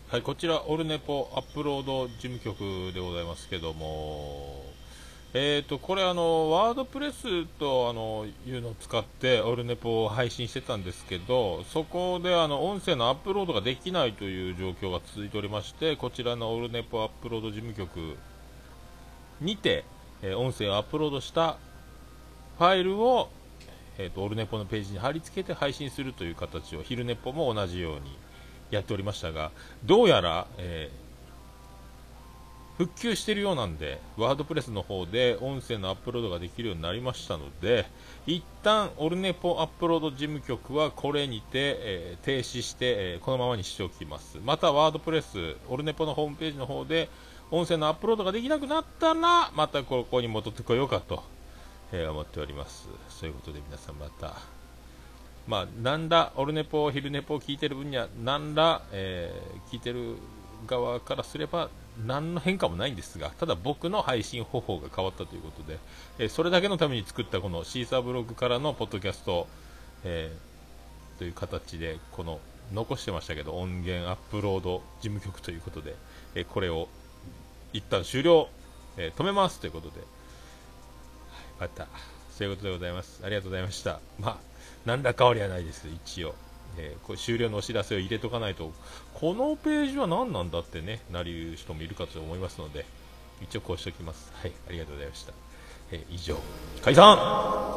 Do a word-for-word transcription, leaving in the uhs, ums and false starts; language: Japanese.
はい、こちらオルネポアップロード事務局でございますけども、えーと、これあの、ワードプレスとあのいうのを使ってオルネポを配信してたんですけど、そこであの音声のアップロードができないという状況が続いておりまして、こちらのオルネポアップロード事務局にて、えー音声をアップロードしたファイルを、えーと、オルネポのページに貼り付けて配信するという形を、昼ネポも同じようにやっておりましたが、どうやら、えー復旧しているようなんで、ワードプレスの方で音声のアップロードができるようになりましたので、一旦オルネポアップロード事務局はこれにて、えー停止して、えーこのままにしておきます。またワードプレス、オルネポのホームページの方で音声のアップロードができなくなったら、またここに戻ってこようかと、えー思っております。そういうことで皆さんまた、まあ、なんらオルネポ、昼ネポを聞いてる分には、なんら、えー聞いてる側からすれば、何の変化もないんですが、ただ僕の配信方法が変わったということで、えーそれだけのために作ったこのシーサーブログからのポッドキャスト、えーという形で、この残してましたけど、音源アップロード事務局ということで、えーこれを一旦終了、えー止めますということで、また、そういうことでございます。ありがとうございました。まあ、何ら変わりはないです、一応。えーこれ終了のお知らせを入れとかないと、このページは何なんだってね、なる人もいるかと思いますので、一応こうしておきます。はい、ありがとうございました。えー以上、解散。